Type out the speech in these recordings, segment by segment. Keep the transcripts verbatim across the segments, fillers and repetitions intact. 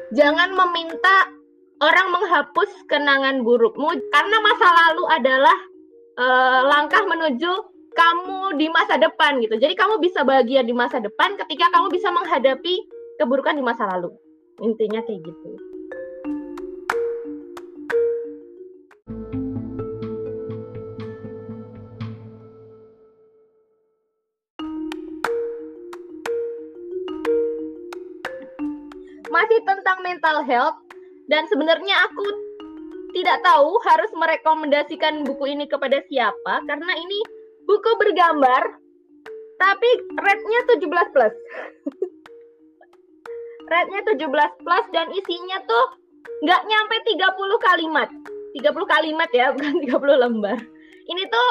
Jangan meminta orang menghapus kenangan burukmu, karena masa lalu adalah uh, langkah menuju kamu di masa depan gitu. Jadi kamu bisa bahagia di masa depan ketika kamu bisa menghadapi keburukan di masa lalu. Intinya kayak gitu. Masih tentang mental health, dan sebenarnya aku tidak tahu harus merekomendasikan buku ini kepada siapa, karena ini buku bergambar, tapi rate-nya tujuh belas plus. Rate-nya tujuh belas plus, dan isinya tuh nggak nyampe tiga puluh kalimat. tiga puluh kalimat ya, bukan tiga puluh lembar. Ini tuh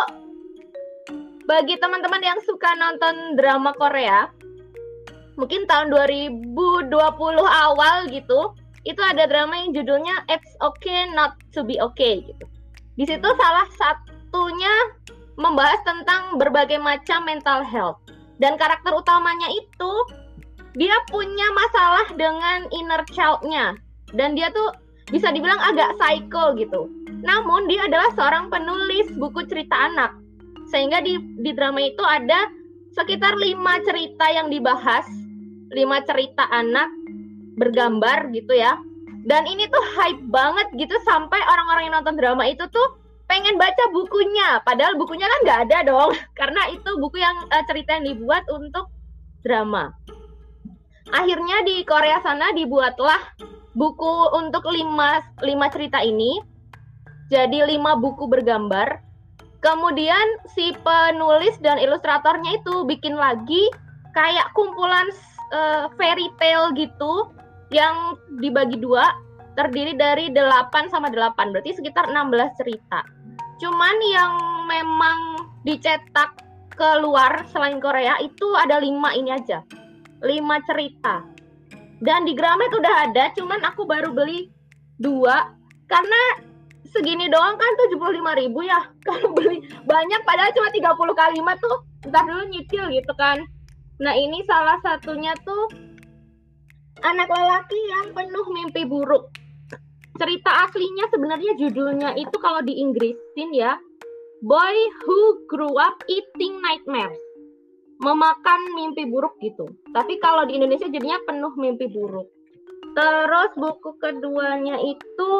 bagi teman-teman yang suka nonton drama Korea, mungkin tahun dua ribu dua puluh awal gitu, itu ada drama yang judulnya It's Okay Not to Be Okay gitu. Di situ salah satunya membahas tentang berbagai macam mental health, dan karakter utamanya itu dia punya masalah dengan inner child-nya, dan dia tuh bisa dibilang agak psycho gitu. Namun dia adalah seorang penulis buku cerita anak, sehingga di, di drama itu ada sekitar lima cerita yang dibahas, lima cerita anak bergambar gitu ya. Dan ini tuh hype banget gitu, sampai orang-orang yang nonton drama itu tuh pengen baca bukunya, padahal bukunya kan nggak ada dong, karena itu buku yang uh, cerita yang dibuat untuk drama. Akhirnya di Korea sana dibuatlah buku untuk lima, lima cerita ini, jadi lima buku bergambar. Kemudian si penulis dan ilustratornya itu bikin lagi kayak kumpulan uh, fairy tale gitu, yang dibagi dua, terdiri dari delapan sama delapan, berarti sekitar enam belas cerita. Cuman yang memang dicetak keluar selain Korea itu ada lima ini aja, lima cerita. Dan di Gramet udah ada, cuman aku baru beli dua, karena segini doang kan tujuh puluh lima ribu ya. Kalau beli banyak padahal cuma tiga puluh kalimat tuh, ntar dulu nyicil gitu kan. Nah ini salah satunya tuh Anak Lelaki yang Penuh Mimpi Buruk. Cerita aslinya sebenarnya judulnya itu kalau di Inggrisin ya, Boy Who Grew Up Eating Nightmares, memakan mimpi buruk gitu. Tapi kalau di Indonesia jadinya Penuh Mimpi Buruk. Terus buku keduanya itu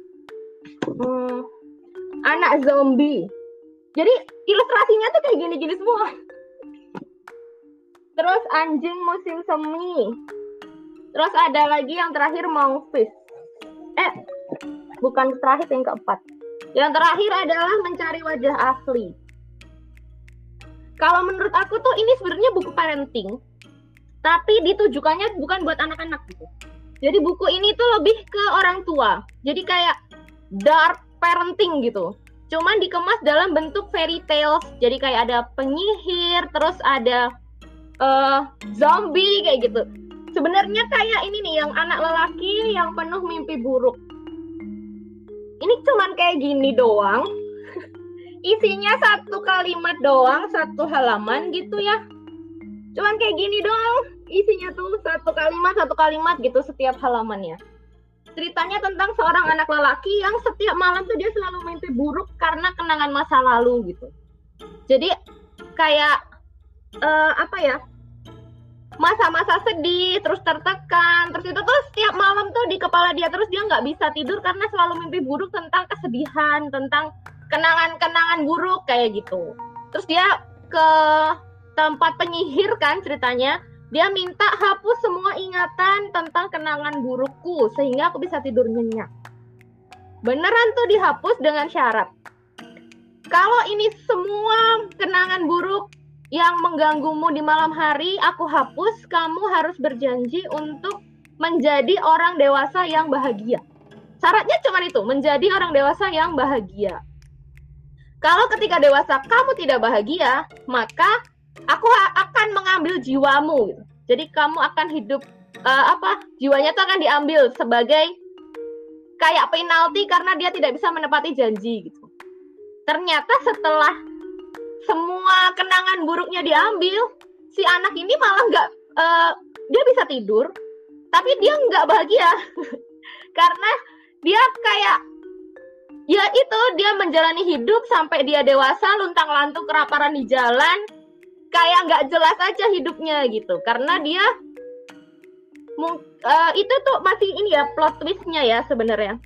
hmm, Anak Zombie. Jadi ilustrasinya tuh kayak gini-gini semua. Terus Anjing Musim Semi. Terus ada lagi yang terakhir Monfils. Eh, bukan terakhir, yang keempat. Yang terakhir adalah Mencari Wajah Asli. Kalau menurut aku tuh ini sebenarnya buku parenting, tapi ditujukannya bukan buat anak-anak gitu. Jadi buku ini tuh lebih ke orang tua. Jadi kayak dark parenting gitu. Cuman dikemas dalam bentuk fairy tales. Jadi kayak ada penyihir, terus ada uh, zombie kayak gitu. Sebenarnya kayak ini nih, yang Anak Lelaki yang Penuh Mimpi Buruk. Ini cuman kayak gini doang. Isinya satu kalimat doang, satu halaman gitu ya. Cuman kayak gini doang. Isinya tuh satu kalimat, satu kalimat gitu setiap halamannya. Ceritanya tentang seorang anak lelaki yang setiap malam tuh dia selalu mimpi buruk karena kenangan masa lalu gitu. Jadi kayak uh, apa ya, masa-masa sedih, terus tertekan, terus itu tuh setiap malam tuh di kepala dia, terus dia nggak bisa tidur karena selalu mimpi buruk tentang kesedihan, tentang kenangan-kenangan buruk kayak gitu. Terus dia ke tempat penyihir kan ceritanya, dia minta hapus semua ingatan tentang kenangan burukku sehingga aku bisa tidur nyenyak. Beneran tuh dihapus dengan syarat, kalau ini semua kenangan buruk yang mengganggumu di malam hari aku hapus, kamu harus berjanji untuk menjadi orang dewasa yang bahagia. Syaratnya cuma itu, menjadi orang dewasa yang bahagia. Kalau ketika dewasa kamu tidak bahagia, maka aku akan mengambil jiwamu. Jadi kamu akan hidup uh, apa? Jiwanya itu akan diambil sebagai kayak penalti karena dia tidak bisa menepati janji gitu. Ternyata setelah semua kenangan buruknya diambil, si anak ini malah nggak, uh, dia bisa tidur, tapi dia nggak bahagia karena dia kayak ya itu dia menjalani hidup sampai dia dewasa luntang-lantung kelaparan di jalan, kayak nggak jelas aja hidupnya gitu karena dia uh, itu tuh masih ini ya plot twistnya ya sebenarnya.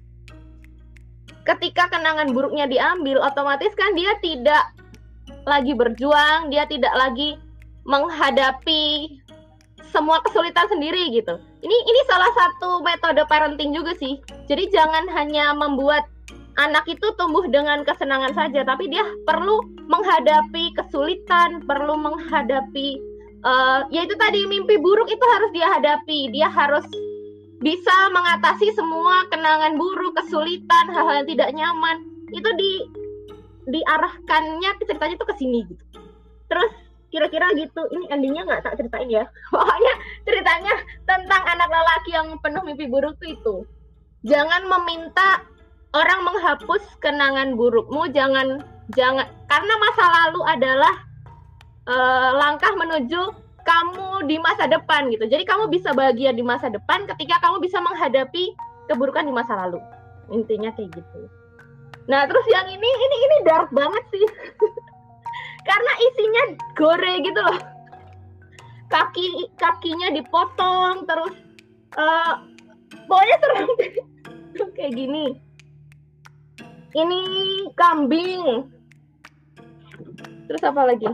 Ketika kenangan buruknya diambil, otomatis kan dia tidak lagi berjuang, dia tidak lagi menghadapi semua kesulitan sendiri gitu. Ini ini salah satu metode parenting juga sih. Jadi jangan hanya membuat anak itu tumbuh dengan kesenangan saja, tapi dia perlu menghadapi kesulitan, perlu menghadapi uh, ya itu tadi mimpi buruk itu harus dia hadapi. Dia harus bisa mengatasi semua kenangan buruk, kesulitan, hal-hal yang tidak nyaman. Itu di diarahkannya ceritanya tuh ke sini gitu. Terus kira-kira gitu. Ini endingnya nggak tak ceritain ya. Pokoknya ceritanya tentang anak lelaki yang penuh mimpi buruk tuh itu. Jangan meminta orang menghapus kenangan burukmu, jangan jangan karena masa lalu adalah uh, langkah menuju kamu di masa depan gitu. Jadi kamu bisa bahagia di masa depan ketika kamu bisa menghadapi keburukan di masa lalu. Intinya kayak gitu. Nah, terus yang ini ini ini dark banget sih. Karena isinya gore gitu loh. Kaki kakinya dipotong terus uh, pokoknya serem kayak gini. Ini kambing. Terus apa lagi?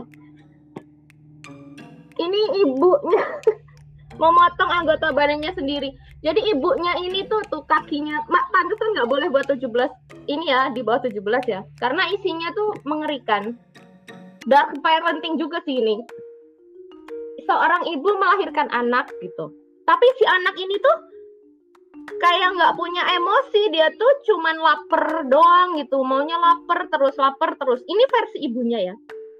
Ini ibunya memotong anggota badannya sendiri. Jadi ibunya ini tuh tuh kakinya, mak pantesan nggak boleh buat tujuh belas ini ya, di bawah tujuh belas ya. Karena isinya tuh mengerikan. Dark parenting juga sih ini. Seorang ibu melahirkan anak gitu. Tapi si anak ini tuh kayak nggak punya emosi, dia tuh cuman lapar doang gitu. Maunya lapar terus, lapar terus. Ini versi ibunya ya.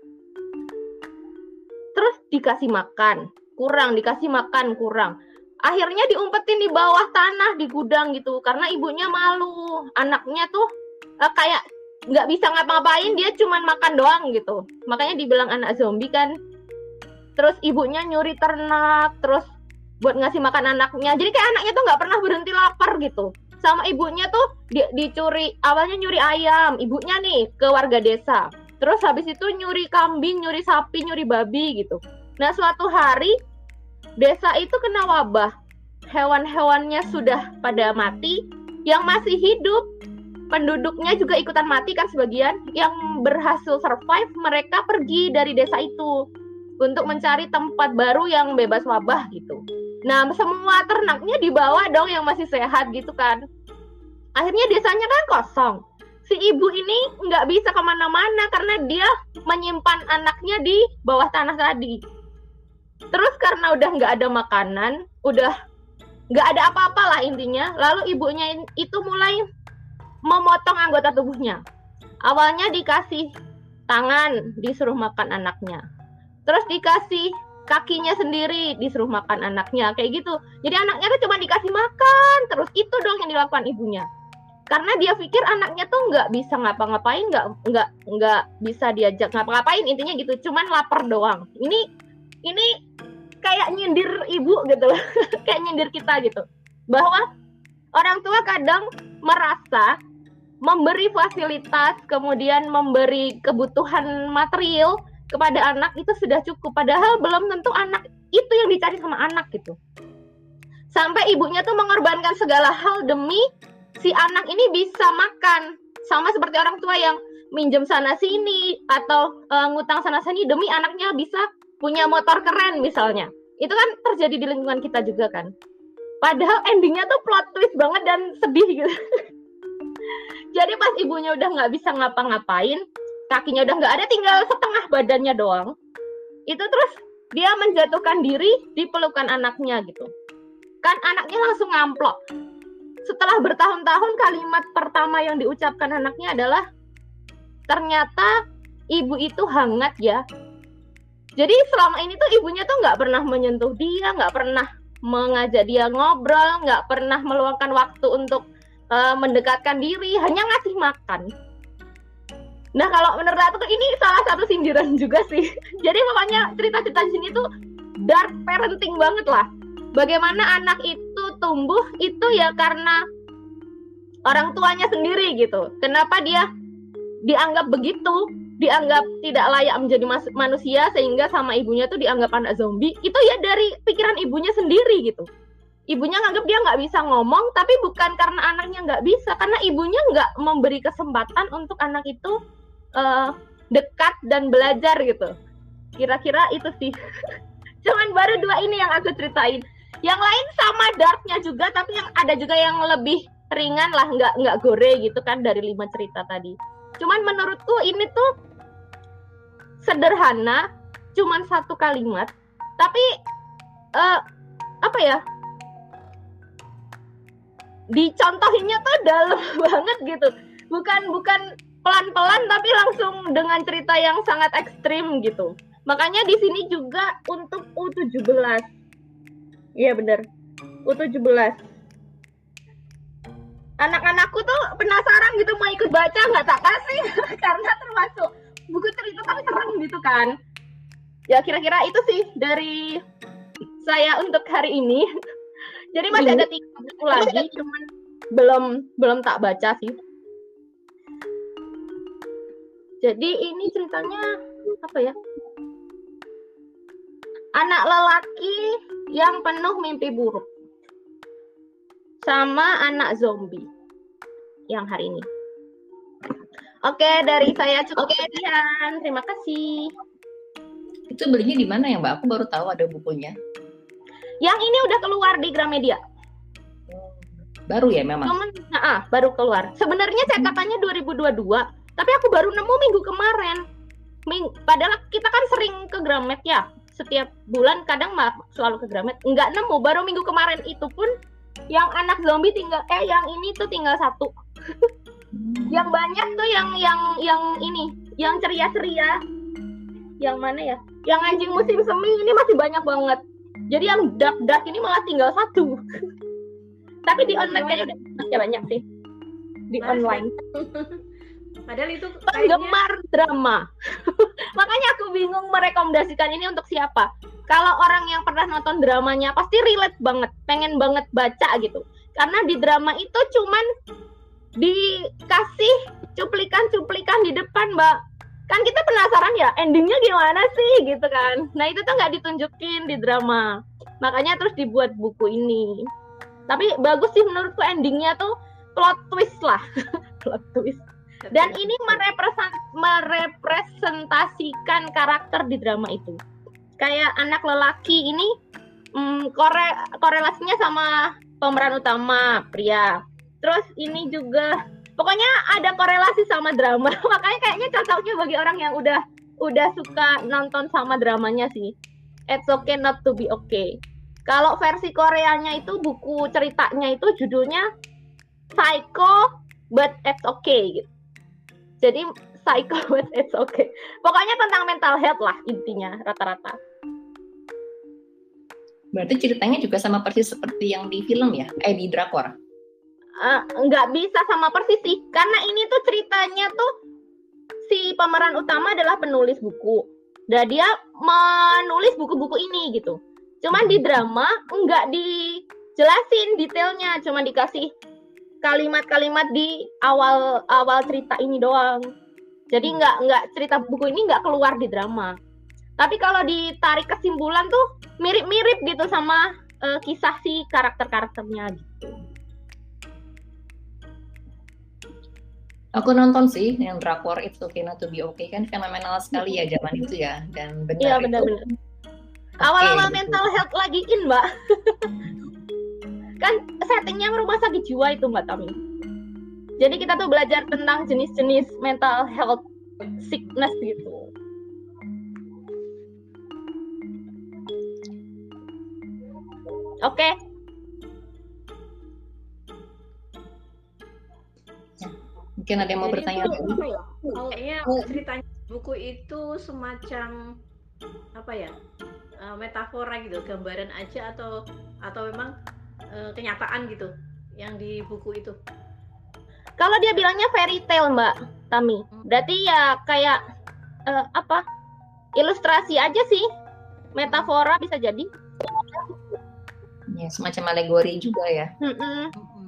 Terus dikasih makan, kurang, dikasih makan, kurang. Akhirnya diumpetin di bawah tanah, di gudang gitu. Karena ibunya malu. Anaknya tuh uh, kayak nggak bisa ngapa-ngapain, dia cuman makan doang gitu. Makanya dibilang anak zombie kan. Terus ibunya nyuri ternak, terus buat ngasih makan anaknya. Jadi kayak anaknya tuh nggak pernah berhenti lapar gitu. Sama ibunya tuh di, dicuri, awalnya nyuri ayam. Ibunya nih ke warga desa. Terus habis itu nyuri kambing, nyuri sapi, nyuri babi gitu. Nah suatu hari desa itu kena wabah. Hewan-hewannya sudah pada mati. Yang masih hidup, penduduknya juga ikutan mati kan sebagian. Yang berhasil survive, mereka pergi dari desa itu untuk mencari tempat baru yang bebas wabah gitu. Nah semua ternaknya dibawa dong yang masih sehat gitu kan. Akhirnya desanya kan kosong. Si ibu ini nggak bisa kemana-mana karena dia menyimpan anaknya di bawah tanah tadi. Terus karena udah nggak ada makanan, udah nggak ada apa-apa lah intinya. Lalu ibunya itu mulai memotong anggota tubuhnya. Awalnya dikasih tangan, disuruh makan anaknya. Terus dikasih kakinya sendiri, disuruh makan anaknya, kayak gitu. Jadi anaknya tuh cuma dikasih makan, terus itu dong yang dilakukan ibunya. Karena dia pikir anaknya tuh nggak bisa ngapa-ngapain, nggak nggak nggak bisa diajak ngapa-ngapain, intinya gitu, cuman lapar doang. Ini ini kayak nyindir ibu gitu loh, kayak nyindir kita gitu, bahwa orang tua kadang merasa memberi fasilitas, kemudian memberi kebutuhan material kepada anak itu sudah cukup, padahal belum tentu anak itu yang dicari sama anak gitu. Sampai ibunya tuh mengorbankan segala hal demi si anak ini bisa makan. Sama seperti orang tua yang minjem sana sini atau uh, ngutang sana sini demi anaknya bisa punya motor keren misalnya. Itu kan terjadi di lingkungan kita juga kan. Padahal endingnya tuh plot twist banget dan sedih gitu. Jadi pas ibunya udah nggak bisa ngapa-ngapain, kakinya udah nggak ada, tinggal setengah badannya doang. Itu terus dia menjatuhkan diri di pelukan anaknya gitu. Kan anaknya langsung ngamplok. Setelah bertahun-tahun kalimat pertama yang diucapkan anaknya adalah, ternyata ibu itu hangat ya. Jadi selama ini tuh ibunya tuh nggak pernah menyentuh dia, nggak pernah mengajak dia ngobrol, nggak pernah meluangkan waktu untuk uh, mendekatkan diri, hanya ngasih makan. Nah kalau menurut aku ini salah satu sindiran juga sih. Jadi makanya cerita-cerita di sini tuh dark parenting banget lah. bagaimana anak itu tumbuh itu ya karena orang tuanya sendiri gitu. Kenapa dia dianggap begitu, dianggap tidak layak menjadi manusia sehingga sama ibunya tuh dianggap anak zombie, itu ya dari pikiran ibunya sendiri gitu. Ibunya nganggap dia nggak bisa ngomong, tapi bukan karena anaknya nggak bisa, karena ibunya nggak memberi kesempatan untuk anak itu uh, dekat dan belajar gitu. Kira-kira itu sih. Cuman baru dua ini yang aku ceritain. Yang lain sama darknya juga, tapi yang ada juga yang lebih ringan lah, nggak nggak gore gitu kan dari lima cerita tadi. Cuman menurutku ini tuh sederhana, cuman satu kalimat, tapi uh, apa ya? Dicontohinnya tuh dalam banget gitu. Bukan bukan pelan-pelan tapi langsung dengan cerita yang sangat ekstrim gitu. Makanya di sini juga untuk U tujuh belas. Iya benar. U tujuh belas. Anak-anakku tuh penasaran gitu mau ikut baca, nggak tak kasih karena termasuk buku cerita tapi serem gitu kan. Ya kira-kira itu sih dari saya untuk hari ini. Jadi masih ada tiga buku lagi, cuman belum belum tak baca sih. Jadi ini ceritanya apa ya? Anak lelaki yang penuh mimpi buruk sama anak zombie yang hari ini. Oke, dari saya cukup sekian. Terima kasih. Itu belinya di mana ya, Mbak? Aku baru tahu ada bukunya. Yang ini udah keluar di Gramedia. Baru ya memang? Cuman, nah, baru keluar. Sebenarnya cetakannya dua ribu dua puluh dua, tapi aku baru nemu minggu kemarin. Ming, padahal kita kan sering ke Gramet ya. Setiap bulan kadang mah selalu ke Gramet. Enggak nemu, baru minggu kemarin itu pun yang anak zombie tinggal, eh yang ini tuh tinggal satu. Yang banyak tuh yang yang yang ini, yang ceria-ceria. Yang mana ya? Yang anjing musim semi ini masih banyak banget. Jadi yang dark-dark ini malah tinggal satu. Tapi di online kayaknya udah banyak sih. Di Mas, online. Padahal itu penggemar kayaknya... drama. Makanya aku bingung merekomendasikan ini untuk siapa. Kalau orang yang pernah nonton dramanya pasti relate banget, pengen banget baca gitu. Karena di drama itu cuman dikasih cuplikan-cuplikan di depan, Mbak. Kan kita penasaran ya, endingnya gimana sih gitu kan. Nah itu tuh nggak ditunjukin di drama. Makanya terus dibuat buku ini. Tapi bagus sih menurutku endingnya tuh plot twist lah. Plot twist. Dan ini merepresent, merepresentasikan karakter di drama itu. Kayak anak lelaki ini hmm, kore, korelasinya sama pemeran utama pria. Terus ini juga pokoknya ada korelasi sama drama. Makanya kayaknya cocoknya bagi orang yang udah udah suka nonton sama dramanya sih. It's Okay Not to Be Okay. Kalau versi Koreanya itu buku ceritanya itu judulnya Psycho But It's Okay gitu. Jadi Psycho But It's Okay. Pokoknya tentang mental health lah intinya rata-rata. Berarti ceritanya juga sama persis seperti yang di film ya? Eh di drakor? Uh, nggak bisa sama persis sih. Karena ini tuh ceritanya tuh si pemeran utama adalah penulis buku. Dan dia menulis buku-buku ini gitu. Cuman di drama nggak dijelasin detailnya, cuman dikasih kalimat-kalimat di awal awal cerita ini doang. Jadi nggak nggak cerita buku ini nggak keluar di drama. Tapi kalau ditarik kesimpulan tuh mirip-mirip gitu sama uh, kisah si karakter-karakternya gitu. Aku nonton sih yang drakor It's Okay Not to Be Okay, kan fenomenal sekali ya zaman itu ya, dan benar. Iya benar-benar. Awal-awal okay, mental gitu. Health lagi in, Mbak. Kan settingnya rumah sakit jiwa itu, Mbak Tami. Jadi kita tuh belajar tentang jenis-jenis mental health sickness gitu. Oke. Okay. Mungkin ada yang mau Jadi bertanya itu, lagi? ya? Kayaknya ceritanya buku itu semacam apa ya? Uh, metafora gitu, gambaran aja atau atau memang uh, kenyataan gitu yang di buku itu. Kalau dia bilangnya fairy tale, Mbak Tami. Berarti ya kayak uh, apa? Ilustrasi aja sih. Metafora bisa jadi. Ya, semacam alegori juga ya. Mm-mm. Mm-mm.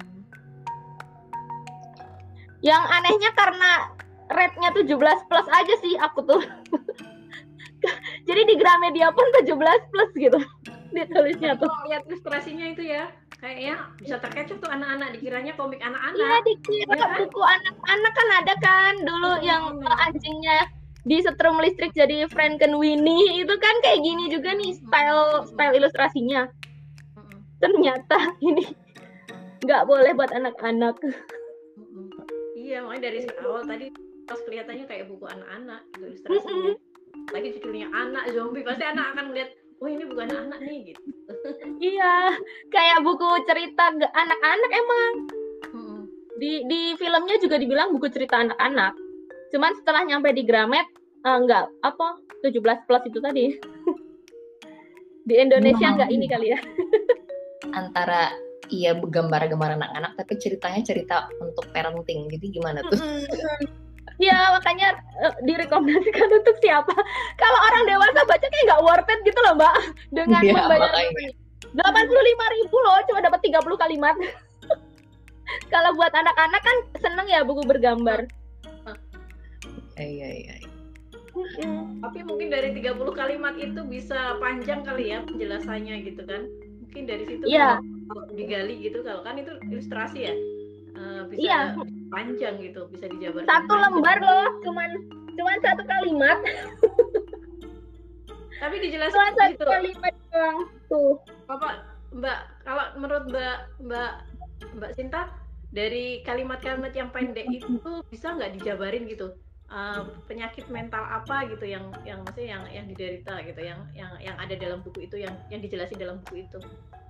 Yang anehnya karena rate-nya tujuh belas plus aja sih aku tuh. Jadi di Gramedia pun tujuh belas plus gitu ditulisnya tuh. Kalau lihat ilustrasinya itu ya, kayaknya bisa terkecoh tuh anak-anak, dikiranya komik anak-anak. Iya, dikira Ya kan? buku anak-anak kan ada kan dulu Buku yang anak-anak. uh, anjingnya disetrum listrik jadi Frankenweenie itu kan kayak gini juga nih style style ilustrasinya. Mm-mm. Ternyata ini nggak boleh buat anak-anak. Mm-mm. Iya, makanya dari awal tadi pas kelihatannya kayak buku anak-anak gitu ilustrasinya. Lagi judulnya anak zombie, pasti anak akan melihat, oh ini bukan anak nih gitu. Iya, kayak buku cerita ge- anak-anak emang. Mm-mm. Di di filmnya juga dibilang buku cerita anak-anak. Cuman setelah nyampe di Gramet eh, enggak apa tujuh belas plus itu tadi. Di Indonesia Hmm. enggak ini kali ya. Antara iya gambar-gambar anak-anak, tapi ceritanya cerita untuk parenting. Jadi gimana tuh? Ya makanya eh, direkomendasikan untuk siapa? Kalau orang dewasa baca kayak nggak worth it gitu loh Mbak. Dengan Iya, membayar makanya. delapan puluh lima ribu loh, cuma dapat tiga puluh kalimat. Kalau buat anak-anak kan seneng ya buku bergambar. Iya, iya. Tapi mungkin dari tiga puluh kalimat itu bisa panjang kali ya penjelasannya gitu kan. Mungkin dari situ Iya. kalau digali gitu, kalau kan itu ilustrasi ya. eh, bisa Iya. panjang gitu, bisa dijabarkan. Satu panjang. lembar loh, cuman cuman satu kalimat, Tapi dijelasin cuman di satu situ. kalimat doang tuh. Bapak, Mbak, kalau menurut Mbak Mbak Mbak Sinta, dari kalimat-kalimat yang pendek itu bisa nggak dijabarin gitu? Eh, penyakit mental apa gitu yang yang maksudnya yang yang diderita gitu, yang yang yang ada dalam buku itu, yang yang dijelasin dalam buku itu.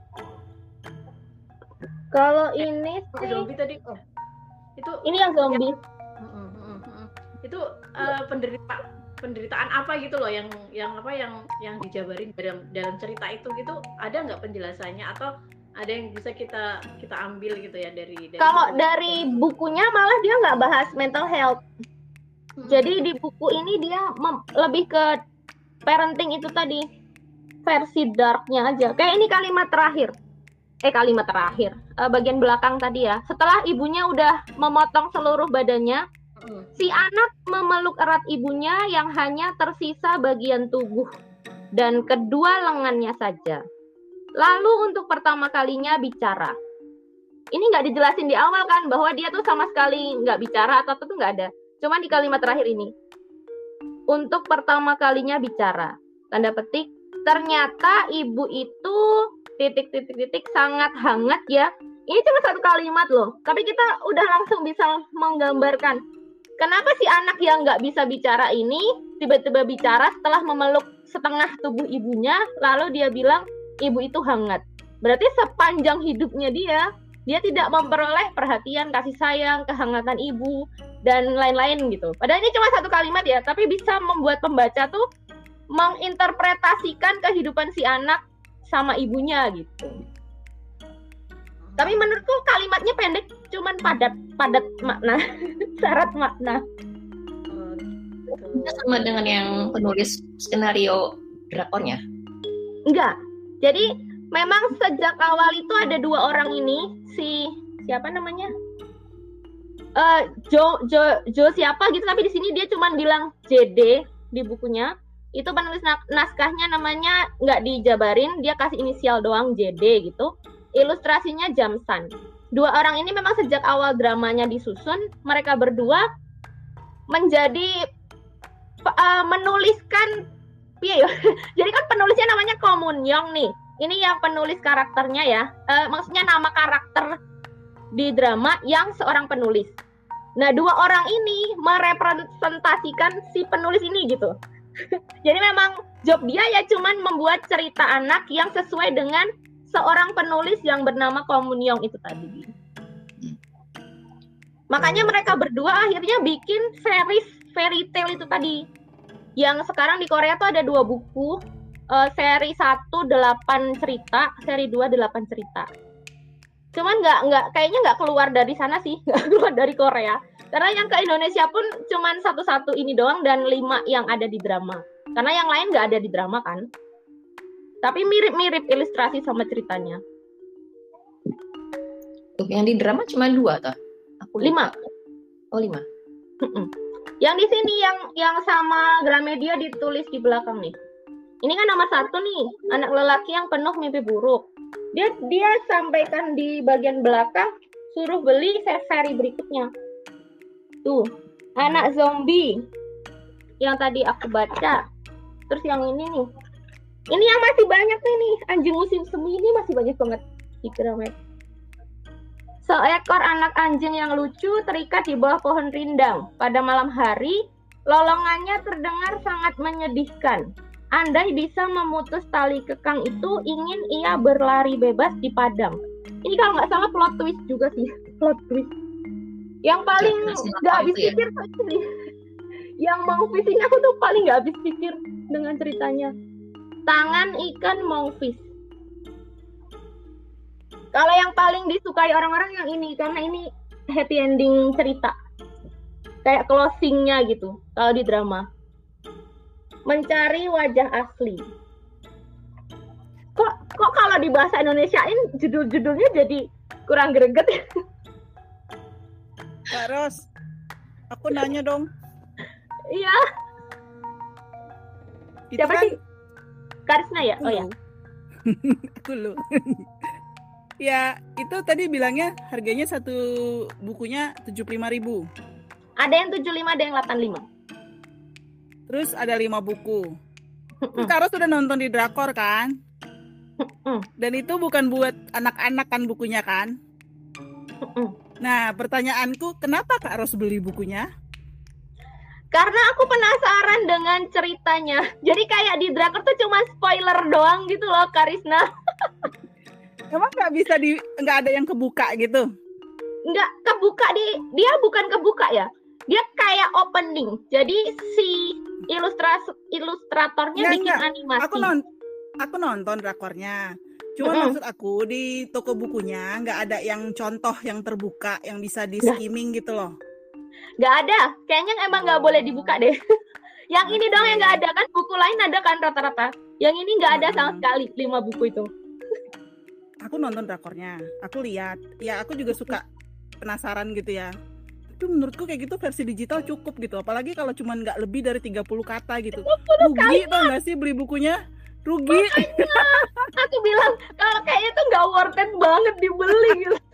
Kalau ini sih, Zombie tadi, oh itu ini yang zombie. Mm, mm, mm, mm. itu eh, penderita penderitaan apa gitu loh yang yang apa yang yang dijabarin dalam dalam cerita itu gitu, ada nggak penjelasannya atau ada yang bisa kita kita ambil gitu ya dari, dari Kalau buku? dari bukunya malah dia nggak bahas mental health. Hmm. Jadi di buku ini dia mem- lebih ke parenting itu tadi, versi darknya aja. Kayak ini kalimat terakhir. Eh kalimat terakhir. Eh, bagian belakang tadi ya. Setelah ibunya udah memotong seluruh badannya, Mm. si anak memeluk erat ibunya yang hanya tersisa bagian tubuh dan kedua lengannya saja. Lalu untuk pertama kalinya bicara. Ini nggak dijelasin di awal kan bahwa dia tuh sama sekali nggak bicara atau tuh nggak ada. Cuma di kalimat terakhir ini. Untuk pertama kalinya bicara. Tanda petik. Ternyata ibu itu titik-titik-titik sangat hangat ya. Ini cuma satu kalimat loh. Tapi kita udah langsung bisa menggambarkan. Kenapa si anak yang nggak bisa bicara ini tiba-tiba bicara setelah memeluk setengah tubuh ibunya, lalu dia bilang ibu itu hangat. Berarti sepanjang hidupnya dia, dia tidak memperoleh perhatian, kasih sayang, kehangatan ibu, dan lain-lain gitu. Padahal ini cuma satu kalimat ya, tapi bisa membuat pembaca tuh menginterpretasikan kehidupan si anak sama ibunya gitu. Tapi menurutku kalimatnya pendek, cuman padat, padat makna, syarat makna. Oh, gitu. Itu sama dengan yang penulis skenario drakornya. Enggak. Jadi memang sejak awal itu ada dua orang ini, si siapa namanya? Eh Jo Jo Jo siapa gitu, tapi di sini dia cuman bilang J D di bukunya. Itu penulis na- naskahnya namanya nggak dijabarin, dia kasih inisial doang J D gitu. Ilustrasinya Jamsan. Dua orang ini memang sejak awal dramanya disusun, mereka berdua menjadi uh, menuliskan piye ya? Jadi kan penulisnya namanya Ko Moon Young nih. Ini yang penulis karakternya ya. Uh, maksudnya nama karakter di drama yang seorang penulis. Nah, dua orang ini merepresentasikan si penulis ini gitu. Jadi memang job dia ya cuman membuat cerita anak yang sesuai dengan seorang penulis yang bernama Ko Moon Young itu tadi. Makanya mereka berdua akhirnya bikin series fairy tale itu tadi. Yang sekarang di Korea tuh ada dua buku, uh, seri satu delapan cerita, seri dua delapan cerita. Cuman nggak nggak kayaknya nggak keluar dari sana sih, nggak keluar dari Korea. Karena yang ke Indonesia pun cuman satu-satu ini doang dan lima yang ada di drama. Karena yang lain nggak ada di drama kan. Tapi mirip-mirip ilustrasi sama ceritanya. Tuh, yang di drama cuma dua toh. Aku Lima. lupa. Oh, lima. Mm-mm. Yang di sini yang yang sama Gramedia ditulis di belakang nih. Ini kan nomor satu nih, anak lelaki yang penuh mimpi buruk. Dia dia sampaikan di bagian belakang, suruh beli seri berikutnya. Tuh, anak zombie yang tadi aku baca. Terus yang ini nih, ini yang masih banyak nih nih, anjing musim semi ini masih banyak banget di Gramet. Seekor anak anjing yang lucu terikat di bawah pohon rindang. Pada malam hari, lolongannya terdengar sangat menyedihkan. Andai bisa memutus tali kekang itu, ingin ia berlari bebas di padang. Ini kalau nggak salah plot twist juga sih, plot twist. Yang paling nggak habis ya? pikir tuh ini. Yang Mongfish ini aku tuh paling nggak habis pikir dengan ceritanya. Tangan ikan Mongfish. Kalau yang paling disukai orang-orang yang ini, karena ini happy ending cerita. Kayak closingnya gitu, kalau di drama. Mencari wajah asli. Kok kok kalau di bahasa Indonesiain judul-judulnya jadi kurang greget ya? Kak Ros, aku nanya dong. Iya. Itu Siapa kan, sih? Karisna ya? Oh ya. aku lu. Ya, itu tadi bilangnya harganya satu bukunya tujuh puluh lima ribu. Ada yang tujuh puluh lima, ada yang delapan puluh lima. Terus ada lima buku. Terus Kak Ros sudah nonton di drakor kan? Dan itu bukan buat anak-anak kan bukunya kan? Nah, pertanyaanku, kenapa Kak Ros beli bukunya? Karena aku penasaran dengan ceritanya. Jadi kayak di drakor tuh cuma spoiler doang gitu loh, Karisna. Emang nggak bisa di, nggak ada yang kebuka gitu? Nggak kebuka, di dia bukan kebuka ya. Dia kayak opening. Jadi si ilustras ilustratornya Nggak, bikin nggak. animasi. Aku non, aku nonton drakornya. Cuma Mm-mm. maksud aku di toko bukunya nggak ada yang contoh yang terbuka yang bisa di Nah. skimming gitu loh. Nggak ada. Kayaknya emang nggak boleh dibuka deh. Yang ini dong yang nggak ada kan. Buku lain ada kan rata-rata. Yang ini nggak ada sama Mm-mm. sekali. Lima buku itu. Aku nonton drakornya, aku lihat, ya aku juga suka penasaran gitu ya. Tapi menurutku kayak gitu versi digital cukup gitu, apalagi kalau cuma nggak lebih dari tiga puluh kata gitu. Rugi tau nggak sih beli bukunya? Rugi. Aku bilang kalau kayaknya tuh nggak worth it banget dibeli gitu.